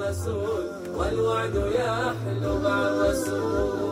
الرسول، والوعد يحلو مع الرسول.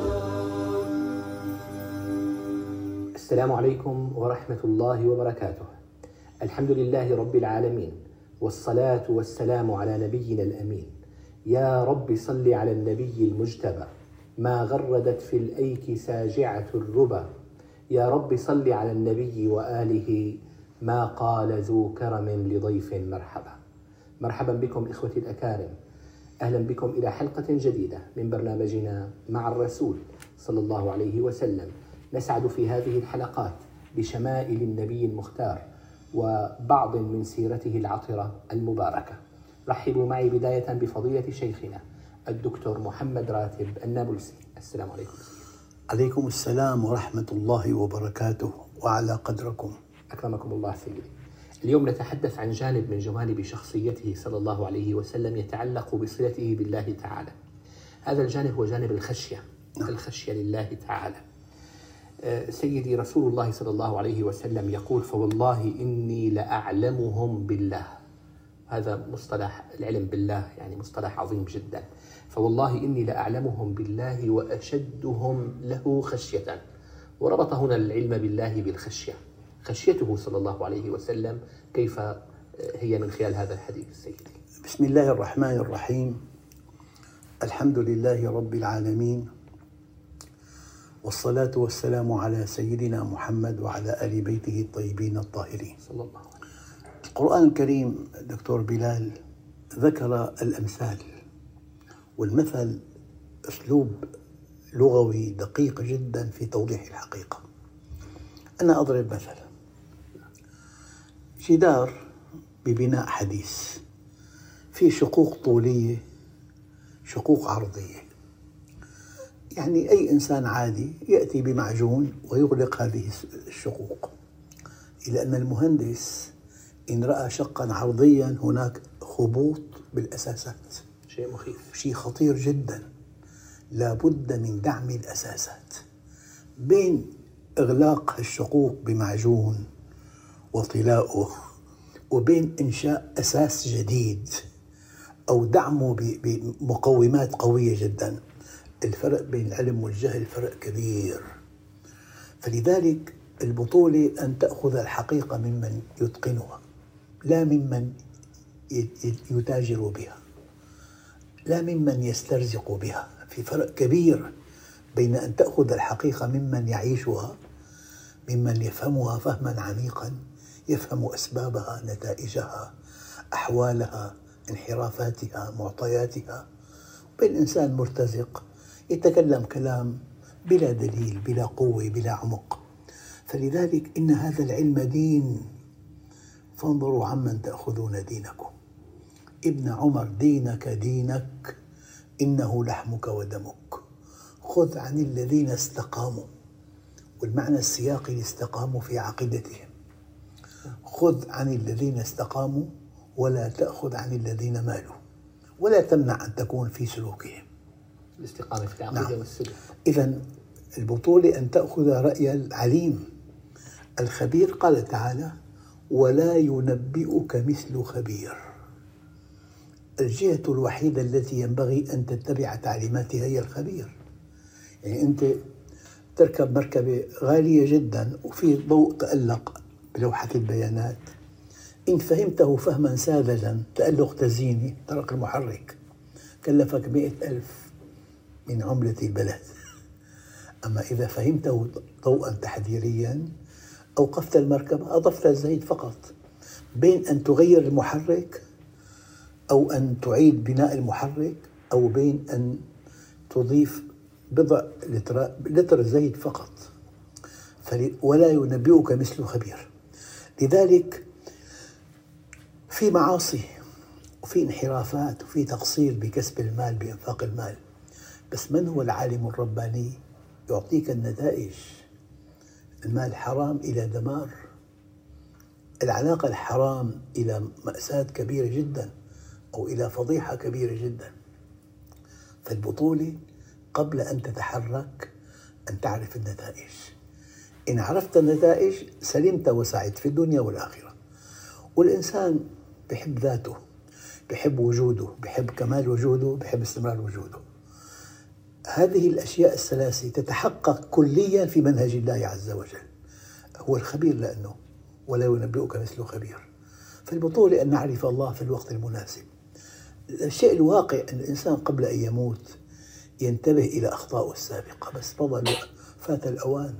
السلام عليكم ورحمة الله وبركاته. الحمد لله رب العالمين، والصلاة والسلام على نبينا الأمين. يا رب صل على النبي المجتبى، ما غردت في الأيك ساجعة الربا. يا رب صل على النبي وآله، ما قال ذو كرم لضيف مرحبا. مرحبا بكم إخوتي الأكارم، أهلا بكم إلى حلقة جديدة من برنامجنا مع الرسول صلى الله عليه وسلم. نسعد في هذه الحلقات بشمائل النبي المختار وبعض من سيرته العطرة المباركة. رحبوا معي بداية بفضيلة شيخنا الدكتور محمد راتب النابلسي. السلام عليكم. عليكم السلام ورحمة الله وبركاته، وعلى قدركم. أكرمكم الله سيدي. اليوم نتحدث عن جانب من جوانب شخصيته صلى الله عليه وسلم يتعلق بصلته بالله تعالى. هذا الجانب هو جانب الخشية، الخشية لله تعالى. سيدي رسول الله صلى الله عليه وسلم يقول: فوالله إني لأعلمهم بالله. هذا مصطلح العلم بالله، يعني مصطلح عظيم جدا. فوالله إني لأعلمهم بالله وأشدهم له خشية. وربط هنا العلم بالله بالخشية. خشيته صلى الله عليه وسلم كيف هي من خلال هذا الحديث سيدي؟ بسم الله الرحمن الرحيم. الحمد لله رب العالمين، والصلاة والسلام على سيدنا محمد وعلى آل بيته الطيبين الطاهرين صلى الله عليه وسلم. القرآن الكريم دكتور بلال ذكر الأمثال، والمثل أسلوب لغوي دقيق جدا في توضيح الحقيقة. أنا أضرب مثلا: جدار ببناء حديث، في شقوق طولية، شقوق عرضية. يعني أي إنسان عادي يأتي بمعجون ويغلق هذه الشقوق، إلا أن المهندس إن رأى شقا عرضيا هناك خبوط بالأساسات، شيء مخيف، شيء خطير جدا. لا بد من دعم الأساسات. بين إغلاق الشقوق بمعجون وطلاؤه وبين إنشاء أساس جديد أو دعمه بمقومات قوية جدا، الفرق بين العلم والجهل فرق كبير. فلذلك البطولة أن تأخذ الحقيقة ممن يتقنها، لا ممن يتاجر بها، لا ممن يسترزق بها. في فرق كبير بين أن تأخذ الحقيقة ممن يعيشها، ممن يفهمها فهما عميقا، يفهم أسبابها، نتائجها، أحوالها، انحرافاتها، معطياتها، بين إنسان مرتزق يتكلم كلام بلا دليل، بلا قوة، بلا عمق. فلذلك إن هذا العلم دين، فانظروا عمن تأخذون دينكم. ابن عمر: دينك دينك إنه لحمك ودمك، خذ عن الذين استقاموا. والمعنى السياقي: استقاموا في عقيدتهم. خذ عن الذين استقاموا ولا تأخذ عن الذين مالوا، ولا تمنع أن تكون في سلوكهم. الاستقامة في العقيدة والسلوك. إذن البطولة أن تأخذ رأي العليم الخبير. قال تعالى: ولا ينبئك مثل خبير. الجهة الوحيدة التي ينبغي أن تتبع تعليماتها هي الخبير. يعني أنت تركب مركبة غالية جدا وفي ضوء تألق بلوحة البيانات، إن فهمته فهما ساذجا تألق تزييني طرق المحرك كلفك 100,000 من عملة البلد. أما إذا فهمته ضوءا تحذيريا أوقفت المركبة، أضفت الزيت فقط. بين أن تغير المحرك أو أن تعيد بناء المحرك، أو بين أن تضيف بضع لتر زيت فقط. ولا ينبئك مثل خبير. لذلك في معاصي وفي انحرافات وفي تقصير بكسب المال، بإنفاق المال، بس من هو العالم الرباني؟ يعطيك النتائج. المال حرام إلى دمار، العلاقة الحرام إلى مأساة كبيرة جدا أو إلى فضيحة كبيرة جدا. فالبطولة قبل أن تتحرك أن تعرف النتائج. إن عرفت النتائج سلمت وسعدت في الدنيا والآخرة. والإنسان بحب ذاته، بحب وجوده، بحب كمال وجوده، بحب استمرار وجوده. هذه الأشياء الثلاثة تتحقق كليا في منهج الله عز وجل. هو الخبير لأنه ولا ينبئك مثل خبير. فالبطولة أن نعرف الله في الوقت المناسب. الشيء الواقع أن الإنسان قبل أن يموت ينتبه إلى أخطائه السابقة، بس فات الأوان.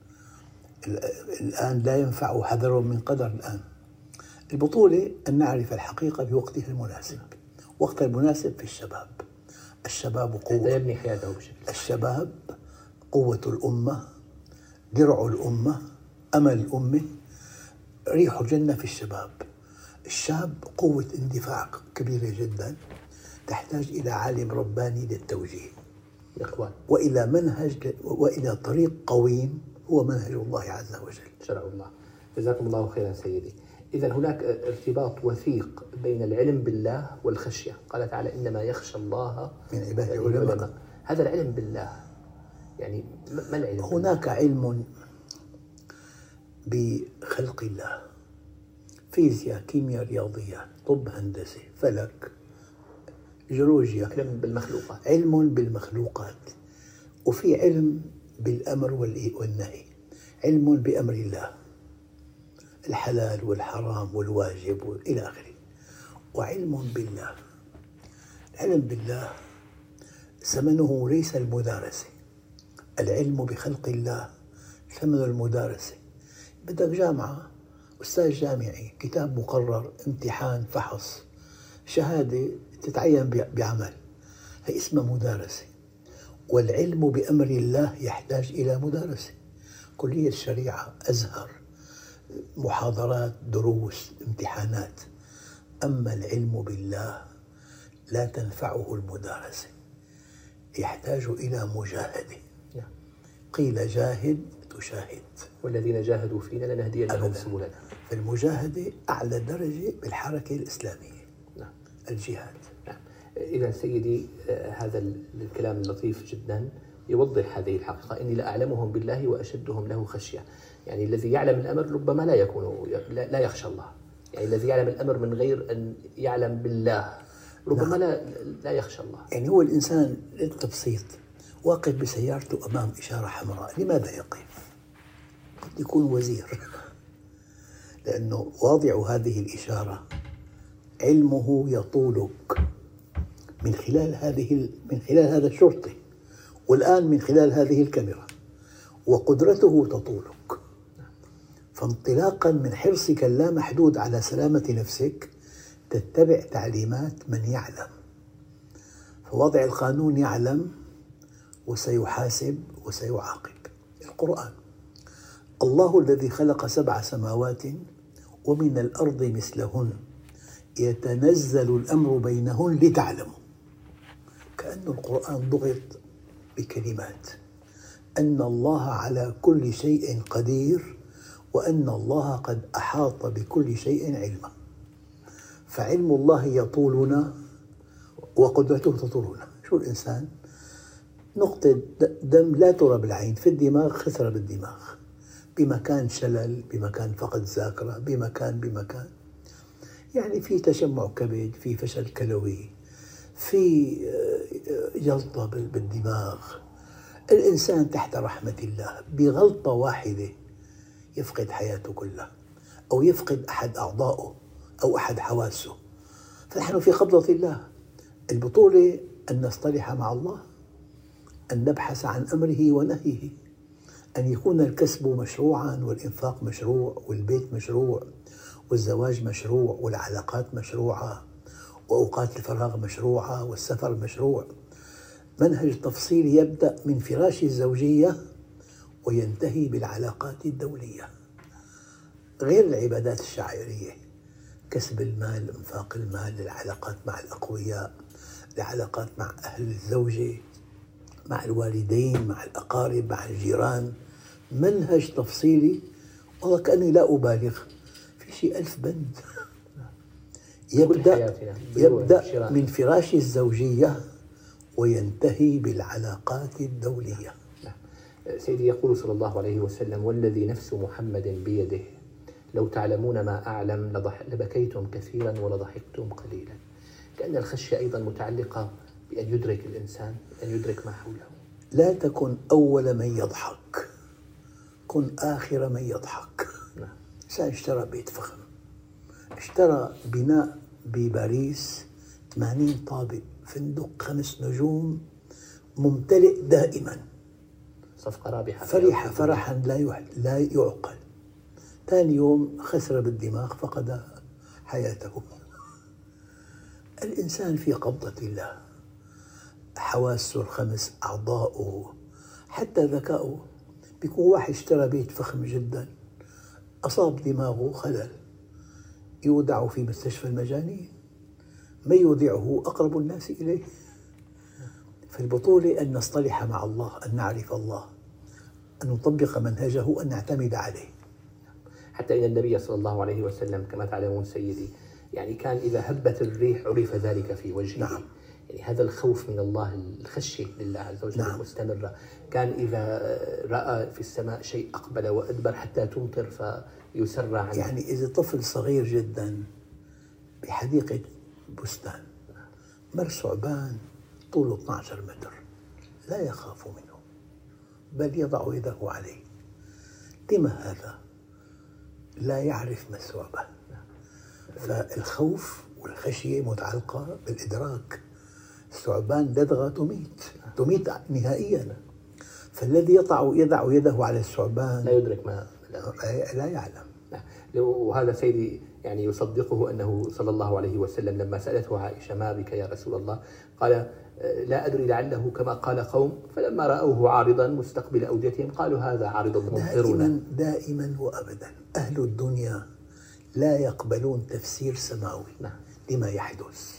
الآن لا ينفع حذر من قدر. الآن البطولة أن نعرف الحقيقة بوقتها المناسب. وقت المناسب في الشباب. الشباب قوة، يبني حياته بشكل. الشباب قوة الأمة، درع الأمة، أمل الأمة، ريح جنة في الشباب. الشاب قوة اندفاع كبيرة جدا، تحتاج إلى عالم رباني للتوجيه وإلى منهج وإلى طريق قويم هو منهج الله عز وجل، شرع الله. جزاكم الله خيرا سيدي. إذن هناك ارتباط وثيق بين العلم بالله والخشية. قال تعالى إنما يخشى الله من عباده العلماء. هذا العلم بالله يعني ما العلم؟ هناك علم بخلق الله، فيزياء، كيمياء، رياضيات، طب، هندسة، فلك، جيولوجيا. علم بالمخلوقات. علم بالمخلوقات. وفي علم بالأمر والنهي، علم بأمر الله، الحلال والحرام والواجب إلى آخره. وعلم بالله، العلم بالله ثمنه ليس المدارسة. العلم بخلق الله ثمن المدارسة. بدك جامعة، أستاذ جامعي، كتاب مقرر، امتحان، فحص، شهادة تتعين بعمل، هي اسمها مدارسة. والعلم بأمر الله يحتاج إلى مدارسة. كلية الشريعة، أزهر، محاضرات، دروس، امتحانات. أما العلم بالله لا تنفعه المدارسة، يحتاج إلى مجاهدة. قيل جاهد تشاهد، والذين جاهدوا فينا لنهدينهم سبلنا. فالمجاهدة أعلى درجة بالحركة الإسلامية. نعم. الجهاد. نعم. إذا سيدي هذا الكلام اللطيف جدا يوضح هذه الحقيقة. إني لأعلمهم بالله وأشدهم له خشية. يعني الذي يعلم الأمر ربما لا يخشى الله. يعني الذي يعلم الأمر من غير أن يعلم بالله ربما لا يخشى الله. يعني هو الإنسان للتبسيط واقف بسيارته أمام إشارة حمراء، لماذا يقف؟ قد يكون وزير لأنه واضع هذه الإشارة علمه يطولك من خلال هذا الشرطي، والآن من خلال هذه الكاميرا، وقدرته تطولك. فانطلاقا من حرصك اللامحدود على سلامة نفسك تتبع تعليمات من يعلم. فوضع القانون يعلم وسيحاسب وسيعاقب. القرآن: الله الذي خلق 7 سماوات ومن الأرض مثلهن يتنزل الأمر بينهن لتعلموا. كأن القرآن ضغط بكلمات أن الله على كل شيء قدير، وأن الله قد أحاط بكل شيء علما. فعلم الله يطولنا وقدرته تطولنا. شو الإنسان؟ نقطة دم لا ترى بالعين في الدماغ، خثرة بالدماغ، بمكان شلل، بمكان فقد ذاكرة، بمكان يعني في تشمع كبد، في فشل كلوي، في جلطة بالدماغ. الإنسان تحت رحمة الله بغلطة واحدة يفقد حياته كلها، أو يفقد أحد أعضائه أو أحد حواسه. فنحن في قبضة الله. البطولة أن نصطلح مع الله، أن نبحث عن أمره ونهيه، أن يكون الكسب مشروعا، والإنفاق مشروع، والبيت مشروع، والزواج مشروع، والعلاقات مشروعة، وأوقات الفراغ مشروعة، والسفر مشروع. منهج تفصيلي يبدأ من فراش الزوجية وينتهي بالعلاقات الدولية، غير العبادات الشعائرية، كسب المال، انفاق المال، العلاقات مع الأقوياء، العلاقات مع أهل الزوجة، مع الوالدين، مع الأقارب، مع الجيران. منهج تفصيلي. والله كأني لا أبالغ، في شيء 1000 بند. يبدأ من فراش الزوجية وينتهي بالعلاقات الدولية. سيدي يقول صلى الله عليه وسلم: والذي نفس محمد بيده لو تعلمون ما أعلم لبكيتم كثيرا ولضحكتم قليلا. كأن الخشية أيضا متعلقة بأن يدرك الإنسان، أن يدرك ما حوله. لا تكن أول من يضحك، كن آخر من يضحك. نعم. إنسان اشترى بيت فخم، اشترى بناء بباريس 80 طابق، فندق 5 نجوم ممتلئ دائما، صفقة رابحة، فرح فرحا لا يعقل. ثاني يوم خسر بالدماغ، فقد حياته. الإنسان في قبضة الله، حواسه الخمس، أعضاؤه، حتى ذكاؤه. بيكون واحد اشترى بيت فخم جدا، أصاب دماغه خلل، يودع في مستشفى المجانين، ما يودعه أقرب الناس إليه. فالبطولة أن نصطلح مع الله، أن نعرف الله، أن نطبق منهجه، أن نعتمد عليه. حتى إن النبي صلى الله عليه وسلم كما تعلمون سيدي، يعني كان إذا هبت الريح عرف ذلك في وجهه. نعم. يعني هذا الخوف من الله، الخشية لله عز وجل. نعم. المستمرة. كان إذا رأى في السماء شيء أقبل وأدبر حتى تمطر فيسرع عنه. يعني إذا طفل صغير جدا بحديقة بستان مر ثعبان طوله 12 متر، لا يخاف منه بل يضع يده عليه. لما هذا؟ لا يعرف ما الثعبان. فالخوف والخشية متعلقة بالإدراك. الثعبان لدغة تميت نهائيا. فالذي يضع يده على الثعبان لا يدرك ما لا يعلم. وهذا سيدي يعني يصدقه أنه صلى الله عليه وسلم لما سألته عائشة: ما بك يا رسول الله؟ قال: لا أدري، لعله كما قال قوم، فلما رأوه عارضا مستقبل أوديتهم قالوا هذا عارض ممطرنا. دائما وأبدا أهل الدنيا لا يقبلون تفسير سماوي لما يحدث.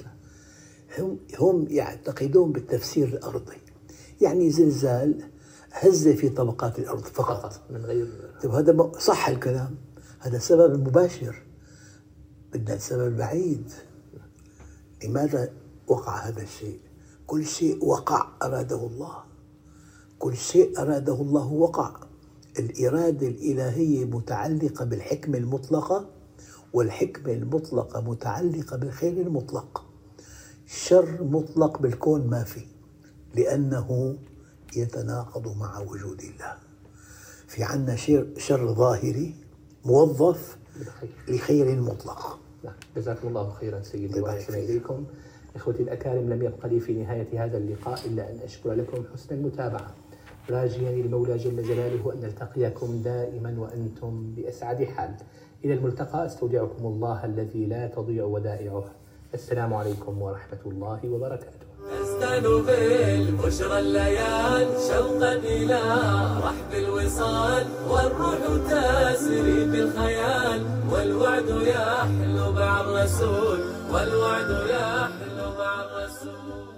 هم يعتقدون بالتفسير الأرضي، يعني زلزال، هزة في طبقات الأرض فقط من غير. هذا صح الكلام، هذا سبب مباشر، بدنا السبب البعيد. لماذا وقع هذا الشيء؟ كل شيء وقع أراده الله، كل شيء أراده الله وقع. الإرادة الإلهية متعلقة بالحكمة المطلقة، والحكمة المطلقة متعلقة بالخير المطلق. شر مطلق بالكون ما في، لأنه يتناقض مع وجود الله. في عنا شر ظاهري موظف لخير مطلق. جزاكم الله خيرا سيدي وأحسن إليكم. إخوتي الأكارم، لم يبق لي في نهاية هذا اللقاء إلا أن أشكر لكم حسن المتابعة، راجيا المولى جل جلاله أن نلتقيكم دائما وأنتم بأسعد حال. إلى الملتقى، استودعكم الله الذي لا تضيع ودائعه. السلام عليكم ورحمة الله وبركاته. أزدان بالبشرى الليال شوقا إلى رحب الوصال، والروح تسري بالخيال، والوعد يحلو مع الرسول، والوعد يحلو مع الرسول.